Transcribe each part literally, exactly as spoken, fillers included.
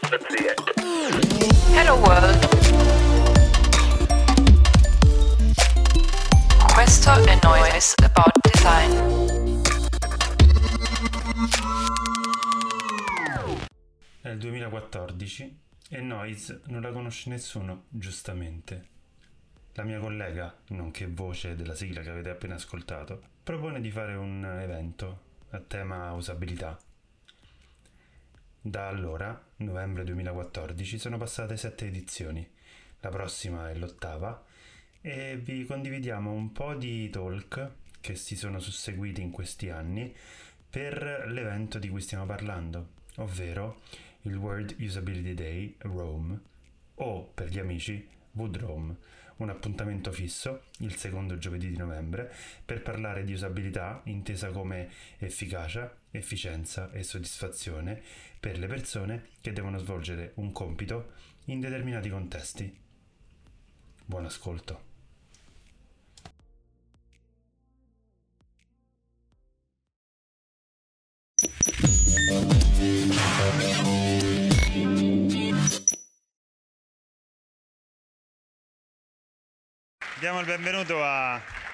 Hello world. Questo è Noise About Design. È il duemilaquattordici e Noise non la conosce nessuno, giustamente. La mia collega, nonché voce della sigla che avete appena ascoltato, propone di fare un evento a tema usabilità. Da allora, novembre duemilaquattordici, sono passate sette edizioni. La prossima è l'ottava e vi condividiamo un po' di talk che si sono susseguiti in questi anni per l'evento di cui stiamo parlando, ovvero il World Usability Day Rome, o per gli amici WoodRome, un appuntamento fisso il secondo giovedì di novembre per parlare di usabilità intesa come efficacia, efficienza e soddisfazione per le persone che devono svolgere un compito in determinati contesti. Buon ascolto. Diamo il benvenuto a,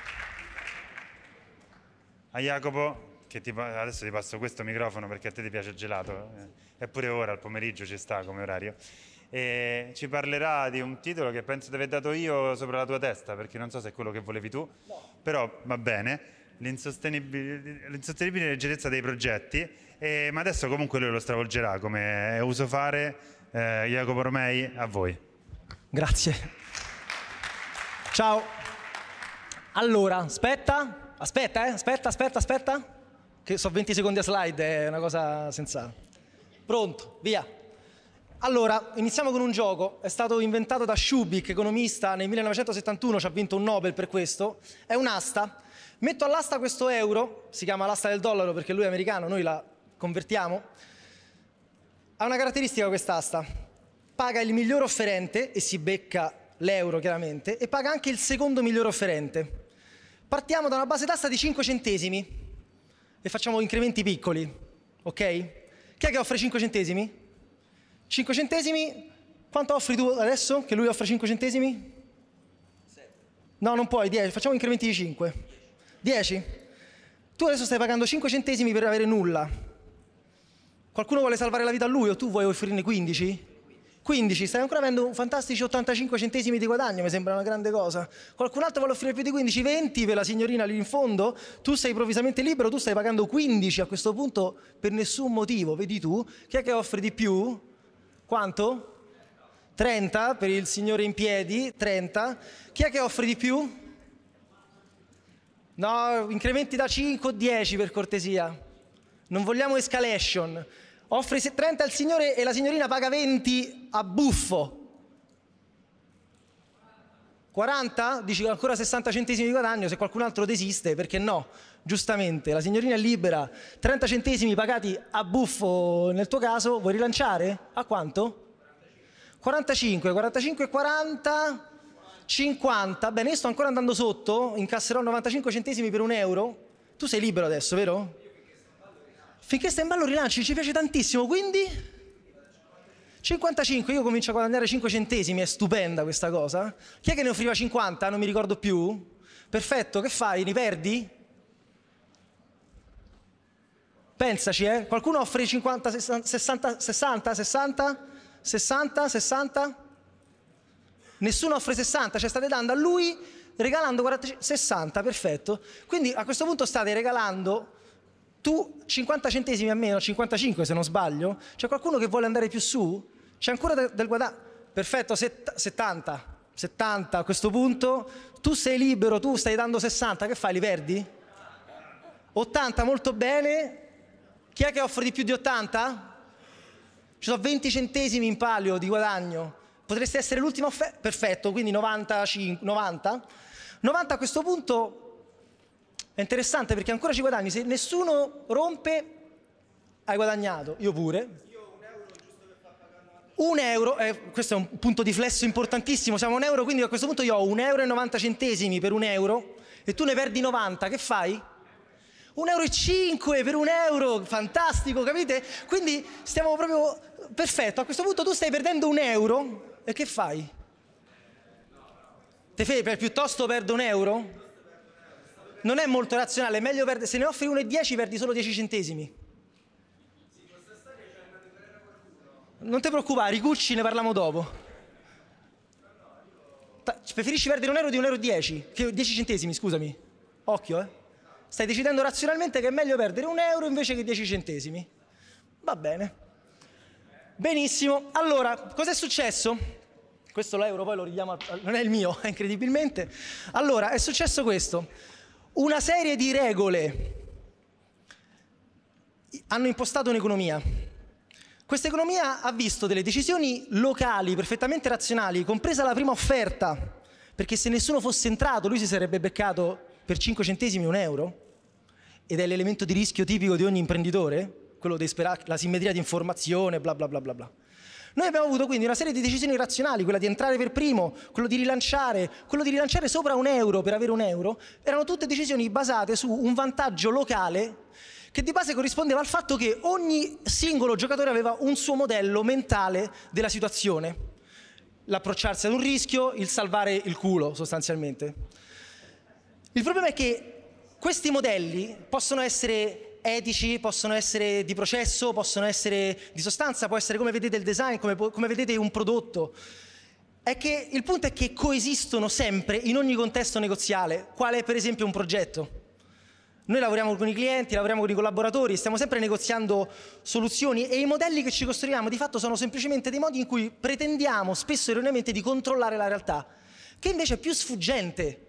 a Jacopo, che ti, adesso ti passo questo microfono perché a te ti piace il gelato, eh, eppure ora al pomeriggio ci sta come orario, e ci parlerà di un titolo che penso di aver dato io sopra la tua testa, perché non so se è quello che volevi tu, no. Però va bene, l'insostenibile, l'insostenibile leggerezza dei progetti, e, ma adesso comunque lui lo stravolgerà come è uso fare. eh, Jacopo Romei, a voi. Grazie. Ciao. Allora, aspetta, aspetta, eh, aspetta, aspetta, aspetta, che so venti secondi a slide, è una cosa sensata. Pronto, via. Allora, iniziamo con un gioco, è stato inventato da Shubik, economista, nel millenovecentosettantuno, ci ha vinto un Nobel per questo, è un'asta. Metto all'asta questo euro, si chiama l'asta del dollaro perché lui è americano, noi la convertiamo. Ha una caratteristica quest'asta, paga il miglior offerente e si becca l'euro chiaramente, e paga anche il secondo miglior offerente. Partiamo da una base d'asta di cinque centesimi e facciamo incrementi piccoli, ok? Chi è che offre cinque centesimi? cinque centesimi, quanto offri tu adesso che lui offre cinque centesimi? No, non puoi, dieci, facciamo incrementi di cinque. dieci? Tu adesso stai pagando cinque centesimi per avere nulla. Qualcuno vuole salvare la vita a lui o tu vuoi offrirne quindici? quindici, stai ancora avendo fantastici ottantacinque centesimi di guadagno, mi sembra una grande cosa. Qualcun altro vuole offrire più di quindici, venti per la signorina lì in fondo, tu sei improvvisamente libero, tu stai pagando quindici a questo punto per nessun motivo, vedi tu. Chi è che offre di più? Quanto? trenta per il signore in piedi, trenta. Chi è che offre di più? No, incrementi da cinque o dieci per cortesia. Non vogliamo escalation. Offre trenta al signore e la signorina paga venti a buffo. quaranta? Dici ancora sessanta centesimi di guadagno, se qualcun altro desiste, perché no? Giustamente, la signorina è libera, trenta centesimi pagati a buffo nel tuo caso, vuoi rilanciare? A quanto? quarantacinque, quarantacinque, quaranta, cinquanta. Bene, io sto ancora andando sotto, incasserò novantacinque centesimi per un euro. Tu sei libero adesso, vero? Finché stai in ballo rilanci, ci piace tantissimo, quindi cinquantacinque, io comincio a guadagnare cinque centesimi, è stupenda questa cosa. Chi è che ne offriva cinquanta? Non mi ricordo più. Perfetto, che fai? Li perdi? Pensaci, eh. Qualcuno offre cinquanta, sessanta, sessanta, sessanta, sessanta, sessanta? Nessuno offre sessanta, cioè state dando a lui regalando quaranta, sessanta, perfetto. Quindi a questo punto state regalando tu cinquanta centesimi a meno, cinquantacinque se non sbaglio. C'è qualcuno che vuole andare più su? C'è ancora del, del guadagno? Perfetto, set, settanta. settanta a questo punto. Tu sei libero, tu stai dando sessanta, che fai? Li perdi? ottanta, molto bene. Chi è che offre di più di ottanta? Ci sono venti centesimi in palio di guadagno. Potreste essere l'ultima offerta? Perfetto, quindi novantacinque, novanta. novanta a questo punto. È interessante perché ancora ci guadagni, se nessuno rompe hai guadagnato, io pure. Io un euro giusto per far pagare un euro, eh, questo è un punto di flesso importantissimo, siamo a un euro, quindi a questo punto io ho un euro e novanta centesimi per un euro e tu ne perdi novanta, che fai? un euro e cinque per un euro, fantastico, capite? Quindi stiamo proprio, perfetto, a questo punto tu stai perdendo un euro e che fai? Te fai per piuttosto perdo un euro? Non è molto razionale, è meglio perdere, se ne offri uno e dieci perdi solo dieci centesimi. Non ti preoccupare, i cucci ne parliamo dopo. Preferisci perdere un euro di un euro e dieci? Che dieci centesimi, scusami. Occhio, eh. Stai decidendo razionalmente che è meglio perdere un euro invece che dieci centesimi. Va bene. Benissimo. Allora, cos'è successo? Questo l'euro poi lo ridiamo, al... non è il mio, incredibilmente. Allora, è successo questo. Una serie di regole hanno impostato un'economia. Questa economia ha visto delle decisioni locali perfettamente razionali, compresa la prima offerta, perché se nessuno fosse entrato lui si sarebbe beccato per cinque centesimi un euro, ed è l'elemento di rischio tipico di ogni imprenditore, quello di sperare, la simmetria di informazione, bla bla bla bla bla. Noi abbiamo avuto quindi una serie di decisioni razionali, quella di entrare per primo, quello di rilanciare, quello di rilanciare sopra un euro per avere un euro, erano tutte decisioni basate su un vantaggio locale che di base corrispondeva al fatto che ogni singolo giocatore aveva un suo modello mentale della situazione. L'approcciarsi ad un rischio, il salvare il culo sostanzialmente. Il problema è che questi modelli possono essere etici, possono essere di processo, possono essere di sostanza, può essere come vedete il design, come, come vedete un prodotto. È che il punto è che coesistono sempre in ogni contesto negoziale, quale per esempio un progetto. Noi lavoriamo con i clienti, lavoriamo con i collaboratori, stiamo sempre negoziando soluzioni e i modelli che ci costruiamo di fatto sono semplicemente dei modi in cui pretendiamo spesso erroneamente di controllare la realtà, che invece è più sfuggente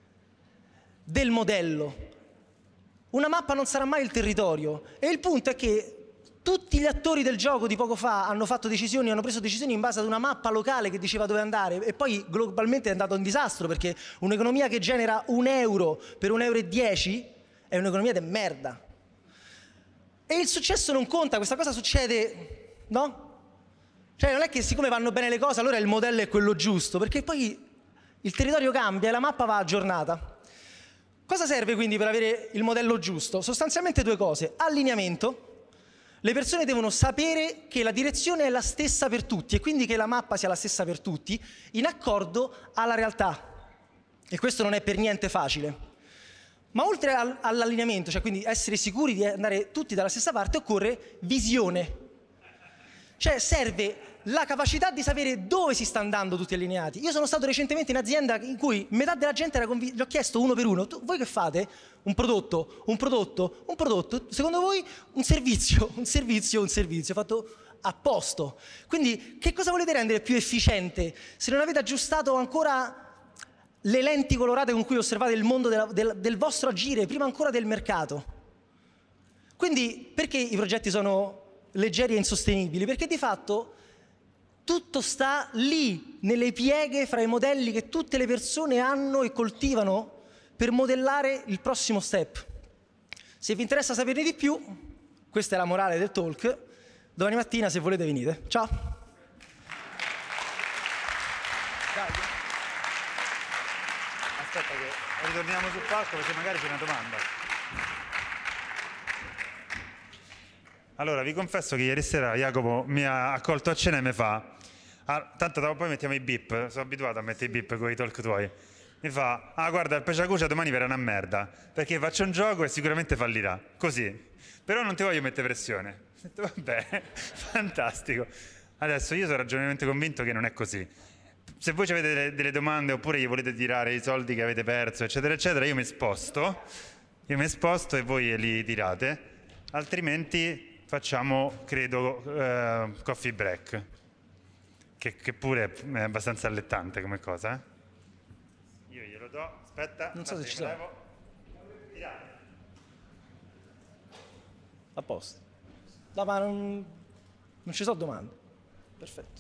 del modello. Una mappa non sarà mai il territorio e il punto è che tutti gli attori del gioco di poco fa hanno fatto decisioni, hanno preso decisioni in base ad una mappa locale che diceva dove andare e poi globalmente è andato in disastro perché un'economia che genera un euro per un euro e dieci è un'economia de merda. E il successo non conta, questa cosa succede, no? Cioè non è che siccome vanno bene le cose allora il modello è quello giusto, perché poi il territorio cambia e la mappa va aggiornata. Cosa serve quindi per avere il modello giusto? Sostanzialmente due cose. Allineamento. Le persone devono sapere che la direzione è la stessa per tutti e quindi che la mappa sia la stessa per tutti, in accordo alla realtà. E questo non è per niente facile. Ma oltre all'allineamento, cioè quindi essere sicuri di andare tutti dalla stessa parte, occorre visione. Cioè serve la capacità di sapere dove si sta andando tutti allineati. Io sono stato recentemente in azienda in cui metà della gente era convinta, gli ho chiesto uno per uno, tu, voi che fate? Un prodotto, un prodotto, un prodotto, secondo voi un servizio, un servizio, un servizio, fatto a posto. Quindi che cosa volete rendere più efficiente se non avete aggiustato ancora le lenti colorate con cui osservate il mondo della, del, del vostro agire, prima ancora del mercato? Quindi perché i progetti sono leggeri e insostenibili? Perché di fatto tutto sta lì, nelle pieghe fra i modelli che tutte le persone hanno e coltivano per modellare il prossimo step. Se vi interessa saperne di più, questa è la morale del talk, domani mattina se volete venite. Ciao! Aspetta che ritorniamo sul palco perché magari c'è una domanda. Allora, vi confesso che ieri sera Jacopo mi ha accolto a cena e mi fa ah, tanto dopo poi mettiamo i beep, sono abituato a mettere i beep con i talk tuoi. Mi fa, ah guarda, il Pesciacucia domani verrà una merda, perché faccio un gioco e sicuramente fallirà, così. Però non ti voglio mettere pressione. Ho detto, vabbè, fantastico. Adesso io sono ragionevolmente convinto che non è così. Se voi avete delle, delle domande oppure gli volete tirare i soldi che avete perso, eccetera, eccetera, io mi sposto, io mi sposto e voi li tirate, altrimenti facciamo, credo, uh, coffee break, che, che pure è abbastanza allettante come cosa. Eh? Io glielo do, aspetta, non so se ci sono. Tirate. A posto. No, ma non, non ci sono domande. Perfetto.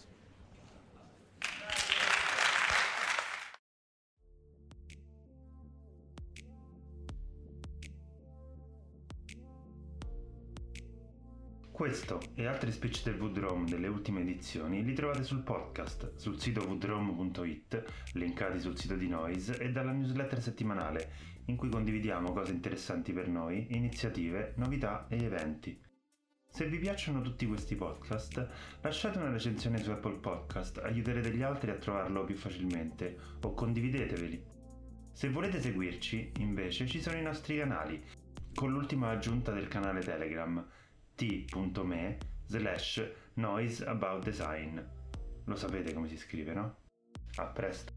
Questo e altri speech del Woodrome delle ultime edizioni li trovate sul podcast, sul sito woodrome punto it, linkati sul sito di Noise e dalla newsletter settimanale in cui condividiamo cose interessanti per noi, iniziative, novità e eventi. Se vi piacciono tutti questi podcast, lasciate una recensione su Apple Podcast, aiuterete gli altri a trovarlo più facilmente, o condivideteveli. Se volete seguirci, invece, ci sono i nostri canali, con l'ultima aggiunta del canale Telegram, t.me slash noiseaboutdesign. Lo sapete come si scrive, no? A presto!